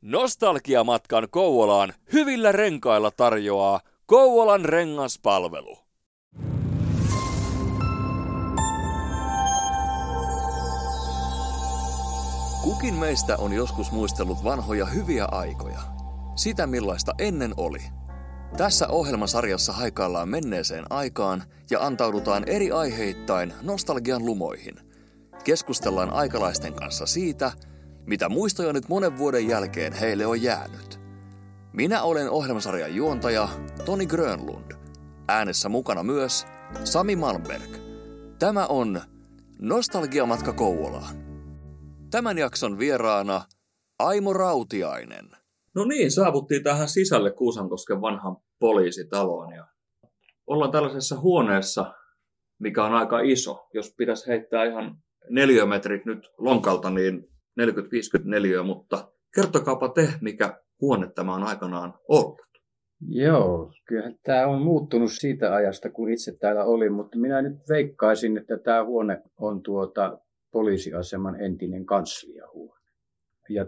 Nostalgiamatkan Kouvolaan hyvillä renkailla tarjoaa Kouvolan rengaspalvelu. Kukin meistä on joskus muistellut vanhoja hyviä aikoja. Sitä millaista ennen oli. Tässä ohjelmasarjassa haikaillaan menneeseen aikaan ja antaudutaan eri aiheittain nostalgian lumoihin. Keskustellaan aikalaisten kanssa siitä, mitä muistoja nyt monen vuoden jälkeen heille on jäänyt. Minä olen ohjelmasarjan juontaja Toni Grönlund. Äänessä mukana myös Sami Malmberg. Tämä on Nostalgiamatka Kouvolaan. Tämän jakson vieraana Aimo Rautiainen. No niin, saavuttiin tähän sisälle Kuusankosken vanhan poliisitaloon. Ja ollaan tällaisessa huoneessa, mikä on aika iso. Jos pitäisi heittää ihan neliömetrit nyt lonkalta, niin 40-50 neliöä, mutta kertokaapa te, mikä huone tämä on aikanaan ollut. Joo, kyllähän tämä on muuttunut siitä ajasta, kun itse täällä olin, mutta minä nyt veikkaisin, että tämä huone on poliisiaseman entinen kansliahuone. Ja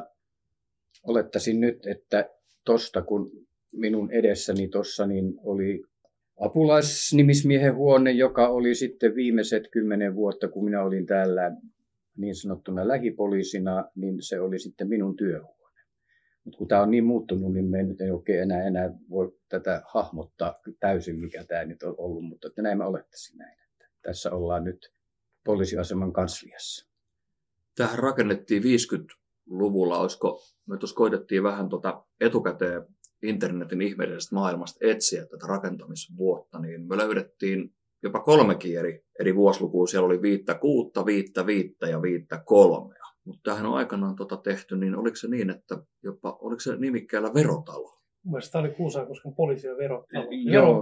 olettaisin nyt, että tosta kun minun edessäni tossa niin oli apulaisnimismiehen huone, joka oli sitten viimeiset 10 vuotta, kun minä olin täällä niin sanottuna lähipoliisina, niin se oli sitten minun työhuone. Mutta kun tämä on niin muuttunut, niin me nyt ei oikein enää voi tätä hahmottaa täysin, mikä tämä nyt on ollut, mutta että näin mä olettaisin näin. Että tässä ollaan nyt poliisiaseman kansliassa. Tähän rakennettiin 50-luvulla, me tuossa koitettiin vähän etukäteen internetin ihmeellisestä maailmasta etsiä tätä rakentamisvuotta, niin me löydettiin jopa 3 eri vuosilukua. Siellä oli 56, 55 ja 53. Mutta tämähän on aikanaan tehty, niin oliko se niin, että oliko se nimikkäällä Verotalo? Mielestäni tämä oli Kuusankosken poliisi- ja verotalo. Joo,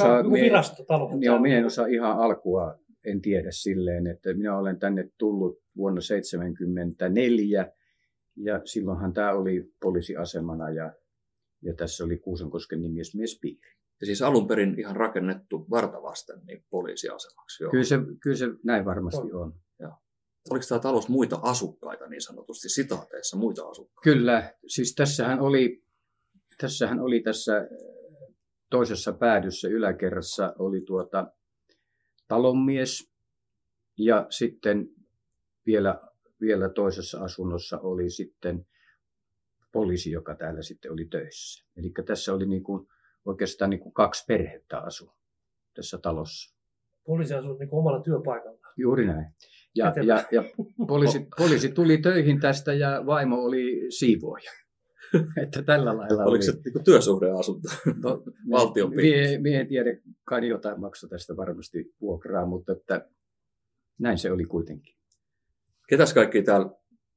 minä en osaa virastotalo. ihan alkua, en tiedä silleen, että minä olen tänne tullut vuonna 1974 ja silloinhan tämä oli poliisiasemana ja tässä oli Kuusankosken nimismiespiiri. Ja siis alun perin ihan rakennettu vartavasten niin poliisiasemaksi. Joo. Kyllä se näin varmasti on. Oliko tämä talossa muita asukkaita niin sanotusti, sitaateissa muita asukkaita? Kyllä, siis tässähän oli tässä toisessa päädyssä yläkerrassa oli talonmies ja sitten vielä toisessa asunnossa oli sitten poliisi, joka täällä sitten oli töissä. Eli tässä oli oikeastaan 2 perhettä asu tässä talossa. Poliisi asui omalla työpaikalla. Juuri näin. Ja poliisi tuli töihin tästä ja vaimo oli siivooja. Että tällä lailla oliko se työsuhdeasunto? No, valtion piirissä? Mie en tiedä, kai jotain maksoi tästä varmasti vuokraa, mutta että näin se oli kuitenkin. Ketä kaikki täällä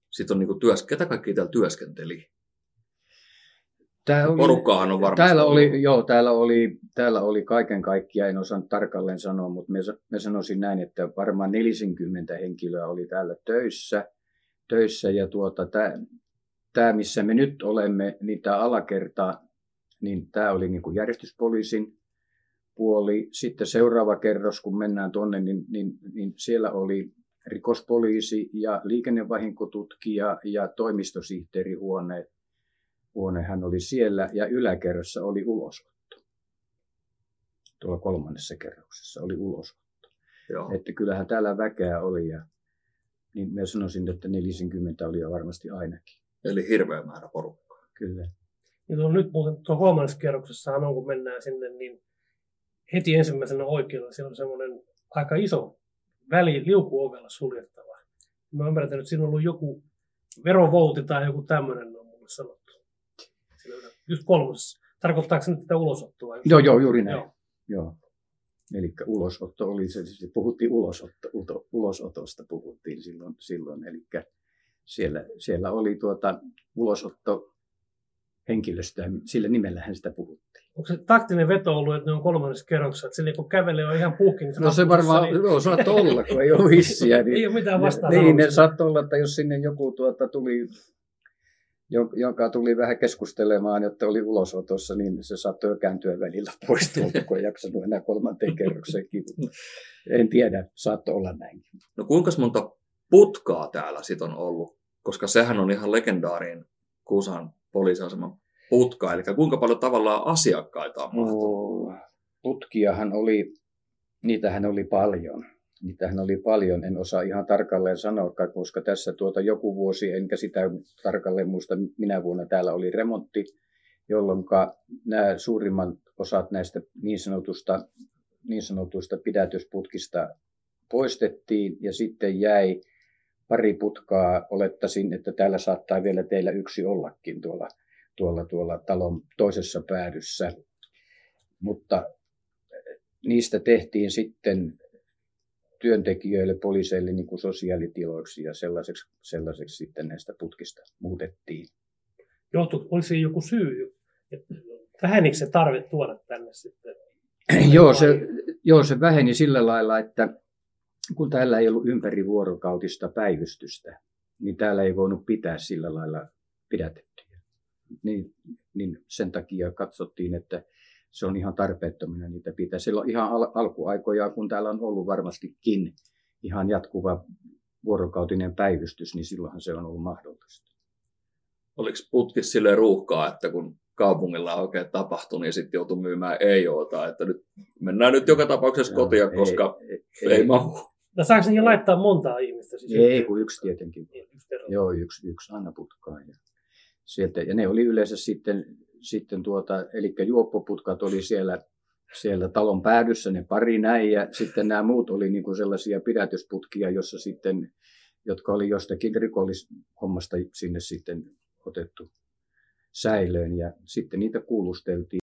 työskenteli? Porukkaahan on varmasti. Täällä oli kaiken kaikkiaan, en osaa tarkalleen sanoa, mutta mä sanoisin näin, että varmaan 40 henkilöä oli täällä töissä ja tämä, missä me nyt olemme, niin tämä alakerta, niin tämä oli järjestyspoliisin puoli. Sitten seuraava kerros, kun mennään tuonne, niin siellä oli rikospoliisi ja liikennevahinkotutkija ja toimistosihteerihuone. Hän oli siellä ja yläkerrassa oli ulosotto. Tuolla 3. kerroksessa oli ulosotto. Joo. Että kyllähän täällä väkeä oli ja niin mä sanoisin, että 40 oli jo varmasti ainakin. Eli hirveä määrä porukkaa. Kyllä. Ja nyt muuten tuon 3. kerroksessahan on, kun mennään sinne, niin heti ensimmäisenä oikealla siellä on semmoinen aika iso väli liukuovella suljettava. Mä ymmärrän, että siinä on ollut joku verovouti tai joku tämmöinen on mulle sanottu. Just 3. Tarkoittaako se nyt tätä ulosottoa? Joo, juuri näin. Joo. Eli ulosotto oli se, siis puhuttiin ulosotosta puhuttiin silloin. Eli siellä oli ulosotto henkilöstöä, sillä nimellähän sitä puhuttiin. Onko se taktinen veto ollut, että ne on 3. kerroksessa, että se kun kävelee on ihan puhkin? No se varmaan, saattoi olla, kun ei ole hissiä. Niin, ei ole mitään vastaan. Ne saattoi olla, että jos sinne joku tuli, joka tuli vähän keskustelemaan, jotta oli ulosotossa, niin se saattoi jo kääntyä välillä pois tuolta, kun ei jaksanut enää 3. kerrokseen kivuta. En tiedä, saattoi olla näinkin. No kuinka monta putkaa täällä sit on ollut? Koska sehän on ihan legendaarinen Kuusahan poliisiaseman putkaa, eli kuinka paljon tavallaan asiakkaita on mahtunut? Putkiahan oli, niitähän oli paljon. En osaa ihan tarkalleen sanoa, koska tässä joku vuosi, enkä sitä tarkalleen muista, minä vuonna täällä oli remontti, jolloin nämä suurimman osat näistä niin sanotusta pidätysputkista poistettiin ja sitten jäi pari putkaa. Olettaisin, että täällä saattaa vielä teillä yksi ollakin tuolla talon toisessa päädyssä, mutta niistä tehtiin sitten työntekijöille, poliiseille niin kuin sosiaalitiloiksi ja sellaiseksi sitten näistä putkista muutettiin. Oliko siinä joku syy? Vähenikö se tarve tuoda tänne sitten? Joo, se väheni sillä lailla, että kun täällä ei ollut ympärivuorokautista päivystystä, niin täällä ei voinut pitää sillä lailla pidätettyjä. Niin sen takia katsottiin, että se on ihan tarpeettomina niitä pitää. Silloin ihan alkuaikoja, kun täällä on ollut varmastikin ihan jatkuva vuorokautinen päivystys, niin silloinhan se on ollut mahdollista. Oliko putkissa silleen ruuhkaa, että kun kaupungilla oikein tapahtui, niin sitten joutui myymään EIOta, että nyt mennään nyt joka tapauksessa kotia, koska ei mahu. No saako niihin laittaa montaa ihmistä? Siis ei, kun yksi tietenkin. Joo, yksi aina putkaan. Ja ne oli yleensä sitten eli juoppoputkat oli siellä talon päädyssä, ne pari näin, ja sitten nämä muut oli niin kuin sellaisia pidätysputkia, jotka oli jostakin rikollishommasta sinne sitten otettu säilöön, ja sitten niitä kuulusteltiin.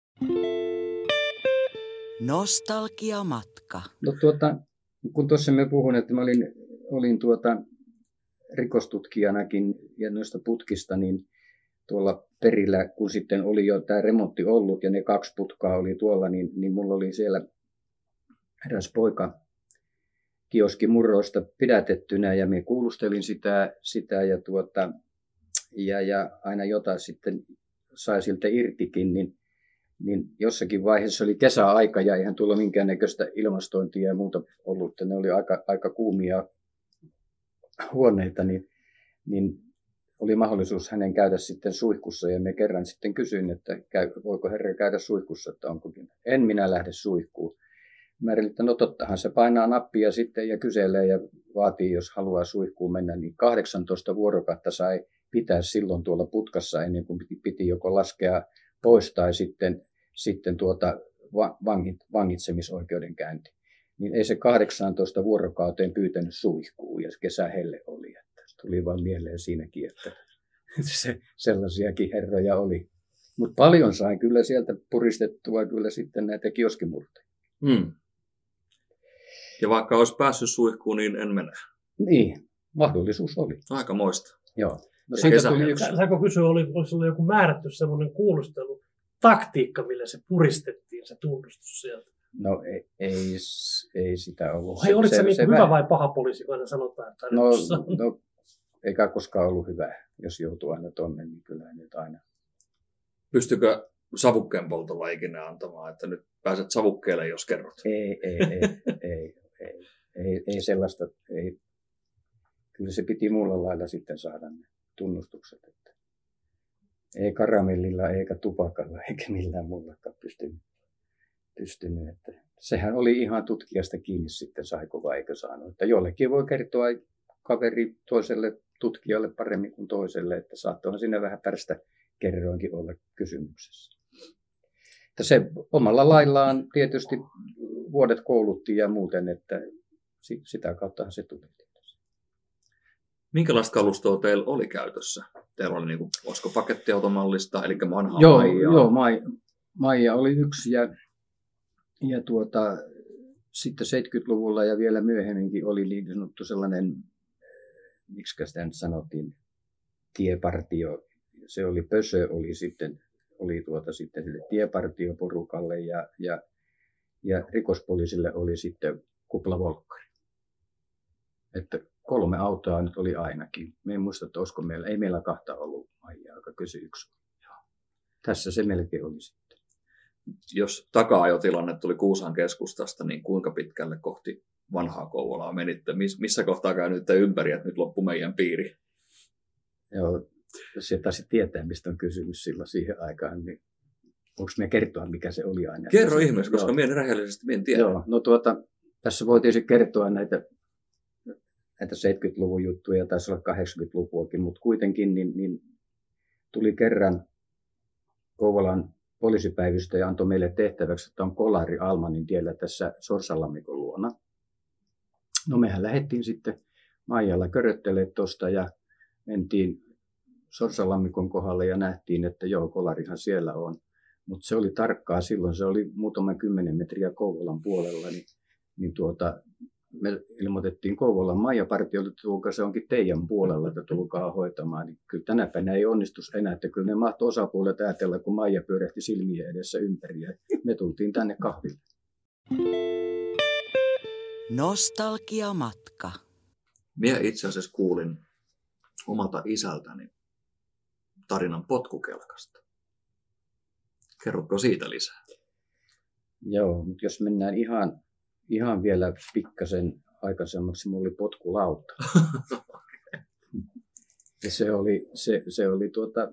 Nostalgiamatka. No kun tuossa mä puhun, että mä olin rikostutkijanakin ja noista putkista, niin tuolla perillä, kun sitten oli jo tämä remontti ollut ja ne 2 putkaa oli tuolla, niin mulla oli siellä eräs poika kioskimurroista pidätettynä ja me kuulustelin sitä ja aina jotain sitten sai siltä irtikin, niin jossakin vaiheessa oli kesäaika ja eihän tuolla minkäännäköistä ilmastointia ja muuta ollut, että ne oli aika kuumia huoneita, niin oli mahdollisuus hänen käydä sitten suihkussa ja me kerran sitten kysyin, että voiko herra käydä suihkussa, että onkokin. En minä lähde suihkuun. Mä että no tottahan se painaa nappia sitten ja kyselee ja vaatii, jos haluaa suihkuun mennä, niin 18 vuorokautta sai pitää silloin tuolla putkassa ennen kuin piti joko laskea pois tai sitten vangitsemisoikeudenkäynti. Niin ei se 18 vuorokauteen pyytänyt suihkuun ja kesähelle oli. Tuli vaan mieleen siinäkin, että sellaisiakin herroja oli. Mutta paljon sain kyllä sieltä puristettua kyllä sitten näitä kioskimurteja. Ja vaikka olisi päässyt suihkuun, niin en mene. Niin, mahdollisuus oli. Aika moista. Joo. No siitä tuli Saanko kysyä, olisi ollut joku määrätty semmoinen kuulustelu, taktiikka, millä se puristettiin, se tunnustus sieltä? No ei sitä ollut. Hei, oliko se hyvä vai paha poliisi, kun aina sanotaan? Että no, eikä koskaan ollut hyvä, jos joutuu aina tonne, niin kyllä nyt aina. Pystykö savukkeen poltolla ikinä antamaan, että nyt pääset savukkeelle, jos kerrot? Ei sellaista. Ei. Kyllä se piti muulla lailla sitten saada ne tunnustukset. Että ei karamellilla, eikä tupakalla, eikä millään muullakaan pystynyt. Että sehän oli ihan tutkijasta kiinni sitten, saiko vai eikö saanut. Että jollekin voi kertoa kaveri toiselle tutkijalle paremmin kuin toiselle, että saattoihan siinä vähän pärstä kerroinkin olla kysymyksessä. Että se omalla laillaan tietysti vuodet koulutti ja muuten, että sitä kauttahan se tuli. Minkälaista kalustoa teillä oli käytössä? Teillä oli olisiko pakettiautomallista, eli vanhaa Maijaa? Joo, Maija oli yksi ja sitten 70-luvulla ja vielä myöhemminkin oli niin sanottu sellainen, miksi sitä nyt sanottiin, tiepartio. Se oli Pösö, oli sitten sille tiepartioporukalle ja rikospoliisille oli sitten kuplavolkkari. Että 3 autoa nyt oli ainakin. Me en muista, että olisiko meillä, ei meillä 2 ollut Maijaa, joka kysyi 1. Joo. Tässä se melkein oli sitten. Jos taka-ajotilanne tuli Kuusan keskustasta, niin kuinka pitkälle kohti vanhaa Kouvolaa menitte? Missä kohtaa käy nyt ympäri, että nyt loppui meidän piiri? Joo, Jos et taisi tietää, mistä on kysymys silloin siihen aikaan, niin onko me kertoa, mikä se oli aina? Kerro ihmeessä, koska minä rehellisesti en tiedä. Joo, no tässä voi tietysti kertoa näitä 70-luvun juttuja, taisi olla 80-luvuakin, mutta kuitenkin niin tuli kerran Kouvolan poliisipäivystäjä antoi meille tehtäväksi, että on kolari Almanin tiellä tässä Sorsanlammikon luona. No mehän lähdettiin sitten Maijalla köröttelemään tuosta ja mentiin Sorsanlammikon kohdalle ja nähtiin, että joo, kolarihan siellä on. Mutta se oli tarkkaa silloin, se oli muutaman 10 metriä Kouvolan puolella, niin me ilmoitettiin Kouvolan Maijapartiolle, että tulkaa, se onkin teidän puolella, että tulkaa hoitamaan. Niin kyllä tänä päivänä ei onnistus enää, että kyllä ne mahtoi osapuolet ajatella, kun Maija pyörähti silmien edessä ympäri ja me tultiin tänne kahville. Nostalgiamatka. Minä itse asiassa kuulin omalta isältäni tarinan potkukelkasta. Kerrotko siitä lisää? Joo, mutta jos mennään ihan vielä pikkasen aikaisemmaksi, mulla oli potkulauta. Ja se oli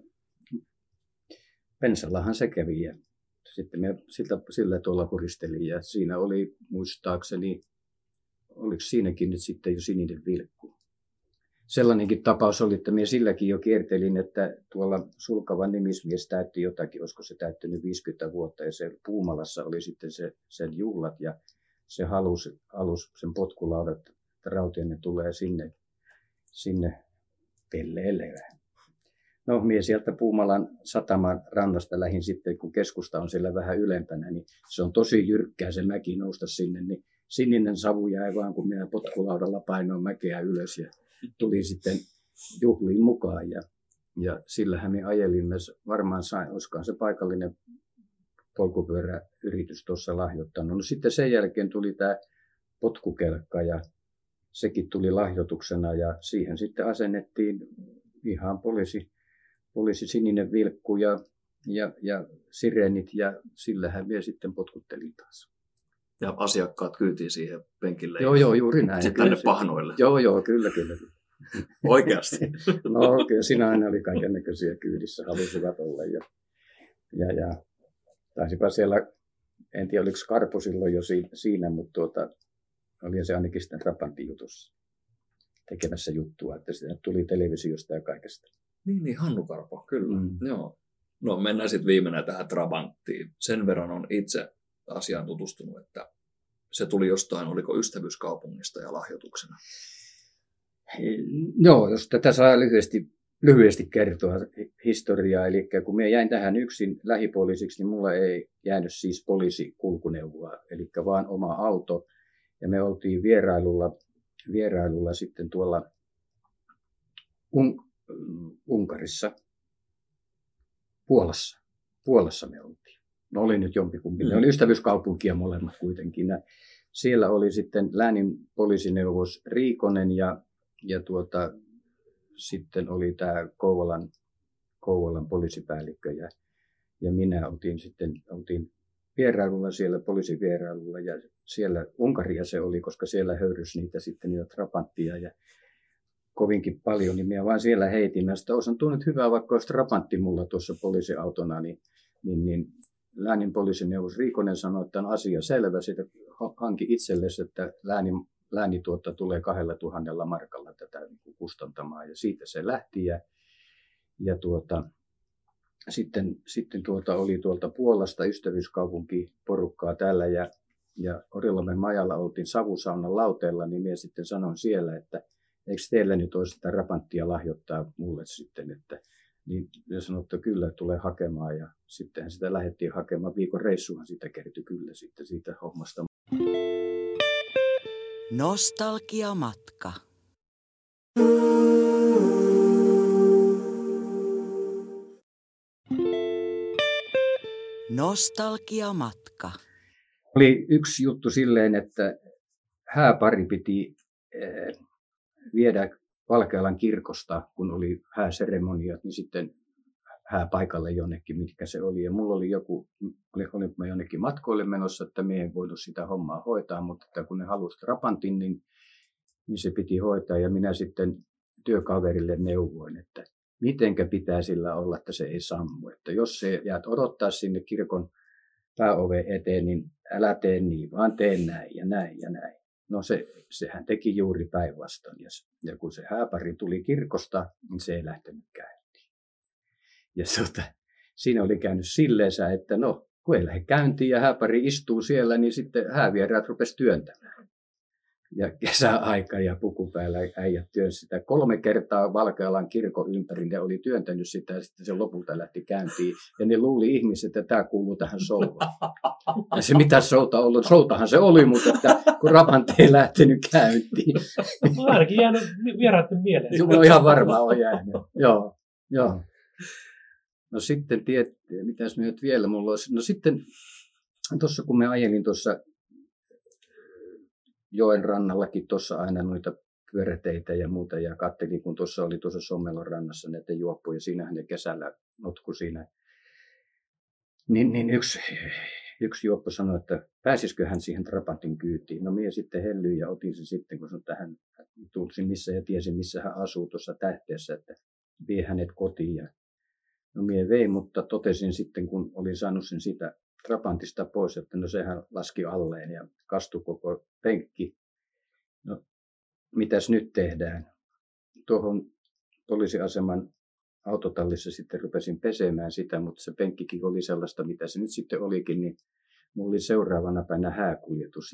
Pensallahan se kävi ja sitten me sillä tuolla huristelin ja siinä oli muistaakseni, oliko siinäkin nyt sitten jo sininen vilkku. Sellainenkin tapaus oli, että minä silläkin jo kiertelin, että tuolla Sulkavan nimismies täytti jotakin, olisiko se täyttänyt 50 vuotta ja se Puumalassa oli sitten sen juhlat ja se halusi sen potkulaudat, että Rautiainen tulee sinne pelleelle. No, minä sieltä Puumalan sataman rannasta lähdin sitten, kun keskusta on siellä vähän ylempänä, niin se on tosi jyrkkää se mäki nousta sinne, niin sininen savu jäi vaan, kun minä potkulaudalla painoin mäkeä ylös ja tuli sitten juhliin mukaan ja sillähän me ajelimme, varmaan olisikohan se paikallinen polkupyöräyritys tuossa lahjoittanut. No sitten sen jälkeen tuli tämä potkukelkka ja sekin tuli lahjoituksena ja siihen sitten asennettiin ihan poliisi sininen vilkku ja sireenit ja sillähän me sitten potkuttelin taas. Ja asiakkaat kyytiin siihen penkille. Joo, juuri näin. Sitten tänne pahnoille. Joo, kyllä. Oikeasti. No kyllä siinä aina oli kaikennäköisiä kyydissä, halusivat olla. Ja taisipa siellä, en tiedä oliko Karpo silloin jo siinä, mutta oli se ainakin sitten Trabantin jutussa tekemässä juttua, että se tuli televisiosta ja kaikesta. Niin, Hannu Karpo, kyllä. Joo. No mennään sitten viimeinen tähän Trabanttiin. Sen verran on itse asiaan tutustunut, että se tuli jostain, oliko Ystävyyskaupungista ja lahjoituksena? Joo, jos tätä saa lyhyesti kertoa historiaa, eli kun minä jäin tähän yksin lähipoliisiksi, niin mulla ei jäänyt siis poliisikulkuneuvoa, eli vaan oma auto, ja me oltiin vierailulla sitten tuolla Unkarissa, Puolassa me oltiin. No oli nyt jompikumpi. Ne oli ystävyyskaupunkia molemmat kuitenkin. Ja siellä oli sitten läänin poliisineuvos Riikonen ja sitten oli tämä Kouvolan poliisipäällikkö ja minä oltiin vierailulla siellä poliisivierailulla ja siellä Unkaria se oli, koska siellä höyrysi niitä Trabanttia ja kovinkin paljon, niin minä vaan siellä heitin. Mä sitä osan tunnut hyvää, vaikka olisi Trabantti mulla tuossa poliisiautona, niin läänin poliisineuvos Riikonen sanoi, että on asia selvä, sitä hanki itsellesi, että lääni tulee 2,000 markalla tätä kustantamaan ja siitä se lähti ja sitten oli tuolta Puolasta ystävyyskaupunki porukkaa täällä ja Orilamen majalla oltiin savusaunan lauteella, niin minä sitten sanoin siellä, että eikö teillä nyt olisi sitä Trabanttia lahjoittaa mulle sitten, että niin sanoi, että kyllä tulee hakemaan ja sittenhän sitä lähdettiin hakemaan. Viikon reissuhan sitä kertyi kyllä sitten siitä hommasta. Nostalgiamatka. Nostalgiamatka. Oli yksi juttu silleen, että hääpari piti viedä Valkealan kirkosta, kun oli hääseremoniat, niin sitten hääpaikalle jonnekin, mitkä se oli. Ja mulla oli olin mä jonnekin matkoille menossa, että me ei voinut sitä hommaa hoitaa, mutta että kun ne halusi Trabantin, niin se piti hoitaa. Ja minä sitten työkaverille neuvoin, että mitenkä pitää sillä olla, että se ei sammu. Että jos se jäät odottaa sinne kirkon pääoven eteen, niin älä tee niin, vaan tee näin ja näin ja näin. No sehän teki juuri päinvastoin. Ja kun se hääpari tuli kirkosta, niin se ei lähtenyt käyntiin. Ja siinä oli käynyt silleensä, että no, kun ei lähde käyntiin ja hääpari istuu siellä, niin sitten häävieraat rupesi työntämään. Ja kesäaika ja puku päällä äijät työnsi sitä 3 kertaa Valkealan kirkon ympäri. Ne oli työntänyt sitä ja sitten se lopulta lähti käyntiin. Ja ne luuli ihmiset, että tämä kuuluu tähän showaan. Ja se mitä showta ollut, showtahan se oli, mutta että kun Trabant ei lähtenyt käyntiin. On ainakin jäänyt vieraiden mieleen. Joo, ihan varmaan on jäänyt. Joo. No sitten, mitäs nyt vielä mulla olisi? No sitten, tuossa kun me ajelin tuossa joen rannallakin tuossa aina noita pyöräteitä ja muuta, ja katselin, kun tuossa oli tuossa Sommelon rannassa näitä juoppuja, siinähän ne kesällä notku siinä. Niin yksi juoppo sanoi, että pääsisikö hän siihen Trabantin kyytiin. No minä sitten hellyin ja otin sen sitten, kun tähän tulsin missä ja tiesin, missä hän asuu tuossa tähteessä, että vie hänet kotiin. Ja no minä vein, mutta totesin sitten, kun olin saanut sen sitä Trabantista pois, että no sehän laski alleen ja kastui koko penkki. No, mitäs nyt tehdään? Tuohon poliisiaseman autotallissa sitten rupesin pesemään sitä, mutta se penkkikin oli sellaista, mitä se nyt sitten olikin, niin mulla oli seuraavana päivänä hääkuljetus.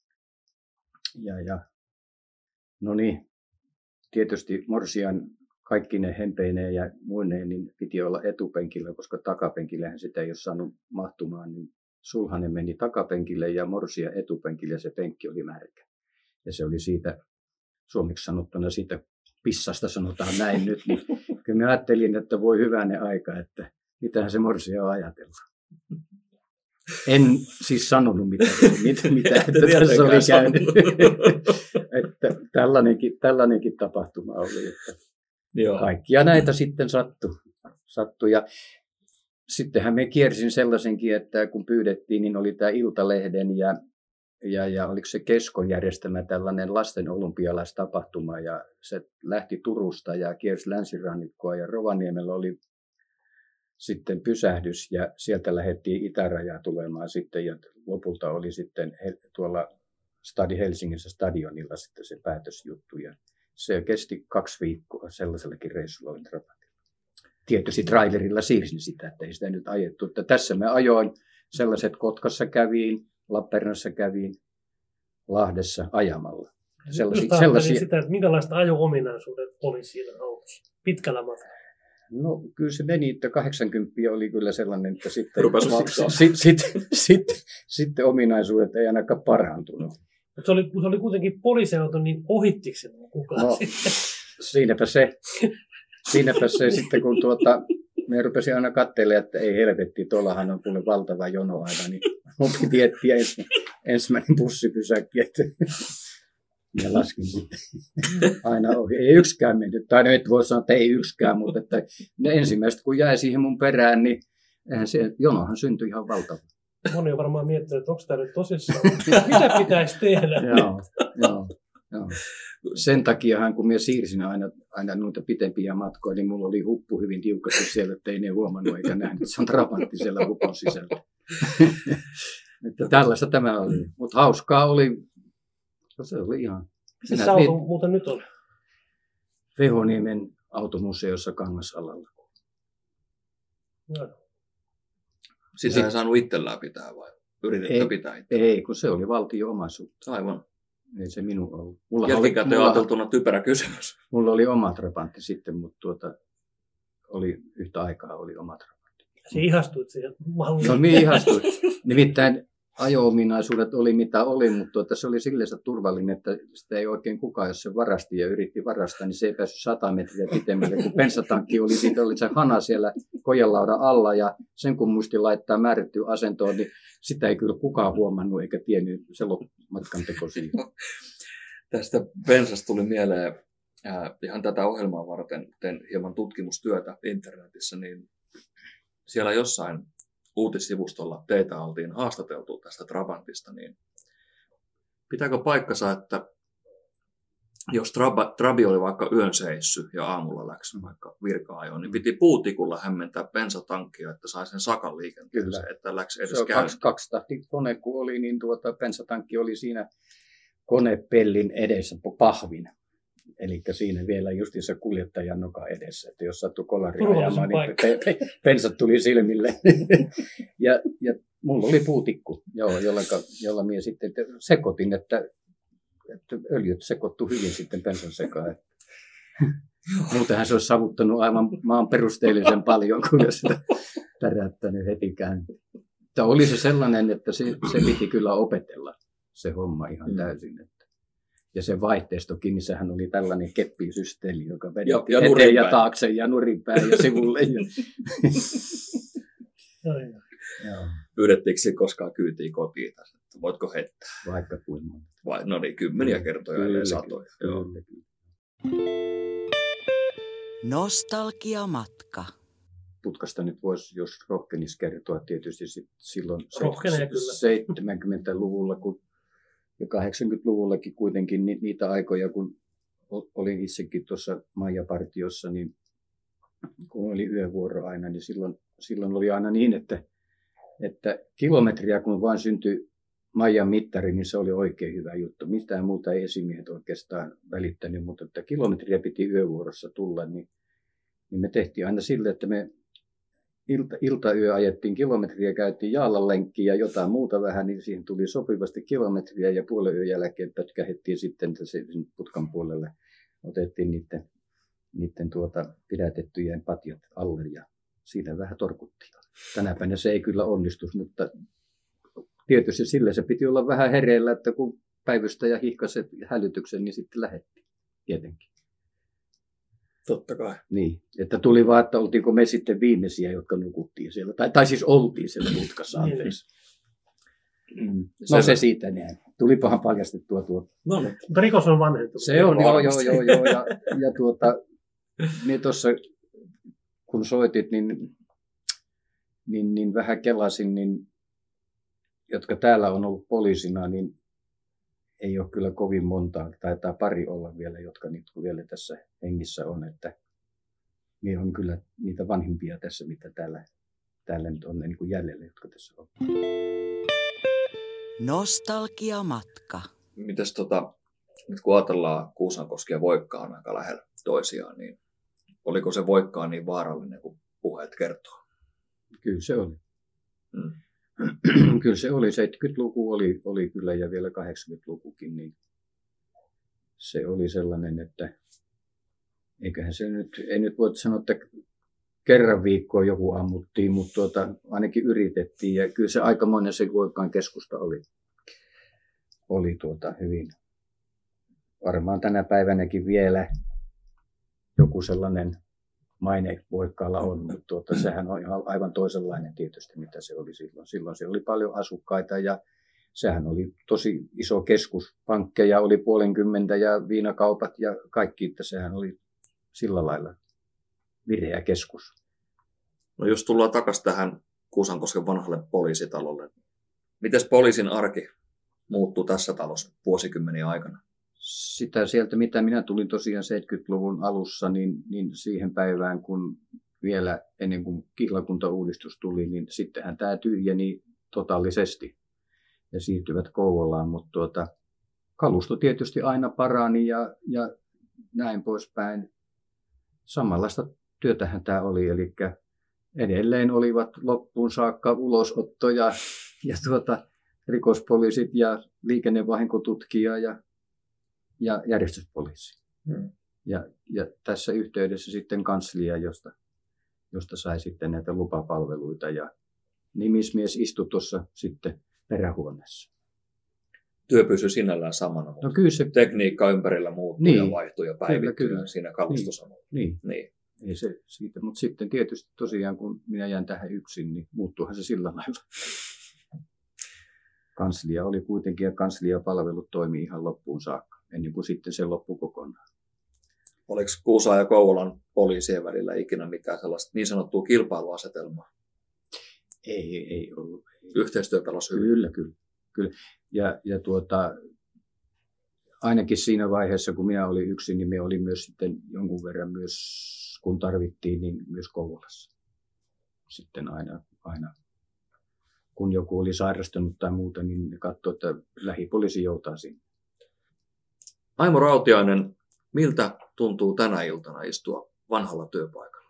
Ja no niin, tietysti morsian kaikki ne hempeineen ja muineen, niin piti olla etupenkillä, koska takapenkillähän sitä ei ole saanut mahtumaan, niin sulhanen meni takapenkille ja morsia etupenkille ja se penkki oli märkä. Ja se oli siitä, suomeksi sanottuna siitä pissasta sanotaan näin nyt, niin kyllä mä ajattelin, että voi hyvänen aika, että mitähän se morsia on ajatellut. En siis sanonut mitä että tässä oli käynyt. Että tällainenkin tapahtuma oli, että joo. Kaikkia näitä sitten sattui. Ja sittenhän me kiersin sellaisenkin, että kun pyydettiin, niin oli tämä Iltalehden ja oliko se Keskon järjestämä tällainen lasten olympialaistapahtuma. Ja se lähti Turusta ja kiersi länsirannikkoa ja Rovaniemellä oli sitten pysähdys ja sieltä lähdettiin itärajaa tulemaan sitten ja lopulta oli sitten tuolla Helsingissä stadionilla sitten se päätösjuttu ja se kesti 2 viikkoa sellaisellakin reissulla olin Trabantilla. Tietysti trailerilla siirsin sitä, että ei sitä nyt ajettu. Että tässä mä ajoin sellaiset Kotkassa käviin, Lappeenrannassa käviin, Lahdessa ajamalla. Sellaisia sitä, että minkälaista ajo-ominaisuudet oli siinä autossa pitkällä matkalla? No kyllä se meni, että 80 oli kyllä sellainen, että sitten ominaisuudet ei ainakaan parantunut. Se oli kuitenkin poliisiauto, niin ohittiko se kukaan no, sitten? Siinäpä se sitten, kun me rupesin aina katselemaan, että ei helvetti, tuollahan on kuule valtava jono aina, niin mun piti etsiä ensimmäinen bussipysäkki, että ja laskin sitten aina ohi. Ei yksikään mennyt, tai et voi sanoa, että ei yksikään, mutta että ne ensimmäiset kun jäi siihen mun perään, niin eihän se jonohan syntyi ihan valtava. Moni on varmaan miettinyt, että onko tämä nyt tosissaan, mitä pitäisi tehdä? Joo. Sen takiahan, kun minä siirsin aina noita pitempiä matkoja, niin mulla oli huppu hyvin tiukasti siellä, että ei ne huomannut eikä nähnyt. Se on Trabantti siellä hupun sisällä. Että tällaista tämä oli. Mutta hauskaa oli. Se oli ihan. Missä auto muuten nyt on? Vehoniemen automuseossa Kangasalalla. No. Sitä ei saanut itsellään pitää vai yritettä pitää itsellään? Ei, kun se oli valtio-omaisuutta. Aivan. Ei se minun ollut. Jälkikäteen ajateltuna typerä kysymys. Mulla oli oma Trabantti sitten, mutta oli yhtä aikaa oli oma Trabantti. Se ihastuit siihen malliin. No minä ihastuin. Nimittäin ajo-ominaisuudet oli mitä oli, mutta se oli silleen turvallinen, että sitä ei oikein kukaan, jos se varasti ja yritti varastaa, niin se ei päässyt 100 metriä pitemmälle, kun bensatankki oli, siitä oli se hana siellä kojelaudan alla ja sen kun muisti laittaa määrättyyn asentoon, niin sitä ei kyllä kukaan huomannut eikä tiennyt se matkan teko siinä. Tästä bensasta tuli mieleen, ihan tätä ohjelmaa varten teen hieman tutkimustyötä internetissä, niin siellä jossain uutissivustolla teitä oltiin haastateltu tästä Trabantista, niin pitääkö paikkansa, että jos trabi oli vaikka yön seissy ja aamulla läksi vaikka virka-ajoon, niin piti puutikulla hämmentää bensatankkia, että sai sen sakan liikenteeseen, että läksi edes käyntiin. Kaksitahtikone kun oli, niin bensatankki oli siinä konepellin edessä pahvin. Eli siinä vielä justiinsa kuljettajan noka edessä, että jos sattui kolari ajamaan, niin pensat tuli silmille. ja mulla oli puutikku, jolla minä sitten sekoitin, että öljyt sekoittu hyvin sitten pensan sekaan. Muutenhan se olisi savuttanut aivan maan perusteellisen paljon, kun olisi sitä täräyttänyt heti käyntiin. Oli se sellainen, että se piti kyllä opetella se homma ihan täysin. Ja se vaihteistokin, niin sehän oli tällainen keppisysteemi, joka vedettiin eteen ja taakse ja nurinpäin ja sivulle. Pyydettiinkö se koskaan kyytiin kotiin? Voitko heittää? Vaikka kuin monta. No niin, kymmeniä kertoja, ellei satoja. Kyllä. Nostalgiamatka. Putkasta nyt voisi, jos rohkenisi kertoa, tietysti silloin 70-luvulla ja 80-luvullakin kuitenkin niitä aikoja, kun olin itsekin tuossa Maijapartiossa, niin kun oli yövuoro aina, niin silloin oli aina niin, että kilometriä kun vain syntyi Maijan mittari, niin se oli oikein hyvä juttu. Mitään muuta ei esimiehet oikeastaan välittänyt, mutta että kilometriä piti yövuorossa tulla, niin me tehtiin aina sille, että me iltayö ajettiin kilometriä, käytiin Jaalan lenkkiä ja jotain muuta vähän, niin siihen tuli sopivasti kilometriä ja puolen yön jälkeen pötkähettiin sitten putkan puolelle. Otettiin niiden pidätettyjen patjat alle ja siinä vähän torkuttiin. Tänä päivänä se ei kyllä onnistu, mutta tietysti sillä se piti olla vähän hereillä, että kun päivystäjä hihkasi hälytyksen, niin sitten lähdettiin tietenkin. Totta kai. Niin, että tuli vaan, että oltiinko me sitten viimeisiä, jotka nukuttiin siellä. Tai siis oltiin siellä putkassa, anteeksi. No se siitä näin. Tulipahan paljastettua tuo. No niin. Mutta rikos on vanhentunut. Se on, joo. Ja niin tuossa, kun soitit, niin vähän kelasin, niin, jotka täällä on ollut poliisina, niin ei ole kyllä kovin montaa, taitaa pari olla vielä, jotka nyt vielä tässä hengissä on, että niin on kyllä niitä vanhimpia tässä, mitä täällä nyt on niin kuin jäljellä, jotka tässä on. Nostalgiamatka. Mites nyt kun ajatellaan Kuusankoski ja Voikkaa on aika lähellä toisiaan, niin oliko se Voikkaa niin vaarallinen kuin puheet kertoo? Kyllä se oli. Kyllä se oli. 70-luku oli kyllä ja vielä 80-lukukin, niin se oli sellainen, että eiköhän se nyt, ei nyt voi sanoa, että kerran viikkoon joku ammuttiin, mutta ainakin yritettiin ja kyllä se aikamoinen se Voikkaan keskusta oli hyvin. Varmaan tänä päivänäkin vielä joku sellainen maine Voikkaalla on, mutta sehän on ihan aivan toisenlainen tietysti, mitä se oli silloin. Silloin se oli paljon asukkaita ja sehän oli tosi iso keskus. Pankkeja oli 50 ja viinakaupat ja kaikki, että sehän oli sillä lailla vireä keskus. No jos tullaan takaisin tähän Kuusankosken vanhalle poliisitalolle, mites poliisin arki muuttuu tässä talossa vuosikymmeniä aikana? Sitä sieltä, mitä minä tulin tosiaan 70-luvun alussa, niin siihen päivään, kun vielä ennen kuin kihlakuntauudistus tuli, niin sittenhän tämä tyhjeni totaalisesti ja siirtyvät Kouvolaan, mutta kalusto tietysti aina parani ja näin poispäin. Samanlaista työtähän tämä oli, eli edelleen olivat loppuun saakka ulosottoja ja rikospoliisit ja liikennevahinkotutkija ja järjestyspoliisi. Ja tässä yhteydessä sitten kanslia, josta sai sitten näitä lupapalveluita ja nimismies istui tuossa sitten perähuoneessa. Työ pysyy sinällään samana, mutta kyllä se tekniikka ympärillä muuttuu ja vaihtuu ja päivittyy kyllä. Siinä kalustossa. Niin. Ei se siitä, mutta sitten tietysti tosiaan kun minä jään tähän yksin, niin muuttuuhan se sillä lailla. Kanslia oli kuitenkin ja kansliapalvelut toimi ihan loppuun saakka, ennen kuin sitten se loppui kokonaan. Oliko Kuusan ja Kouvolan poliisien välillä ikinä mitään sellaista niin sanottua kilpailuasetelmaa? Ei ollut. Yhteistyö pelasi hyvin? Kyllä. Ja ainakin siinä vaiheessa, kun minä olin yksin, niin me oli myös sitten jonkun verran myös, kun tarvittiin, niin myös Kouvolassa. Sitten aina kun joku oli sairastunut tai muuta, niin ne katsoi, että lähipoliisi joutaa sinne. Aimo Rautiainen, miltä tuntuu tänä iltana istua vanhalla työpaikalla?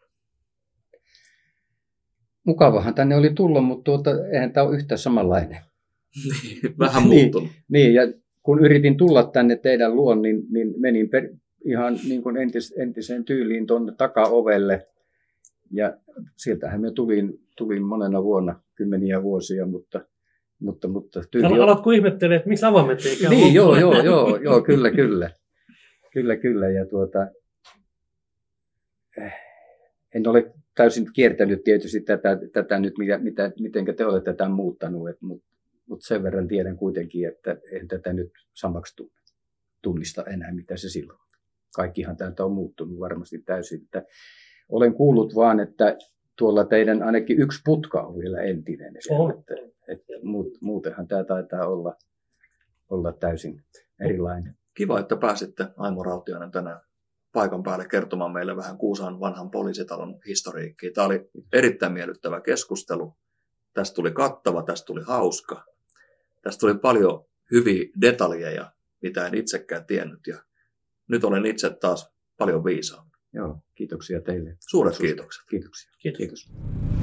Mukavahan tänne oli tulla, mutta eihän tämä ole yhtä samanlainen. Vähän muuttunut. Niin, ja kun yritin tulla tänne teidän luon, niin menin ihan niin kuin entiseen tyyliin tuonne takaovelle. Ja sieltähän me tulin monena vuonna, kymmeniä vuosia, mutta tyyli... Alatko ihmettelee, että miksi avaimet ei käy? Niin, joo, kyllä. Kyllä, ja en ole täysin kiertänyt tietysti tätä nyt, mitenkä te olette tämän muuttanut, mutta sen verran tiedän kuitenkin, että en tätä nyt samaksi tunnista enää, mitä se silloin. Kaikkihan täältä on muuttunut varmasti täysin. Että olen kuullut vaan, että tuolla teidän ainakin yksi putka on vielä entinen. Että muutenhan tämä taitaa olla täysin erilainen. Kiva, että pääsitte Aimo Rautiainen tänään paikan päälle kertomaan meille vähän Kuusaon vanhan poliisitalon historiikkiä. Tämä oli erittäin miellyttävä keskustelu. Tästä tuli kattava, tästä tuli hauska. Tästä tuli paljon hyviä detaljeja, mitä en itsekään tiennyt. Ja nyt olen itse taas paljon viisaampi. Joo, kiitoksia teille. Suuret kiitokset. Kiitoksia. Kiitos. Kiitos.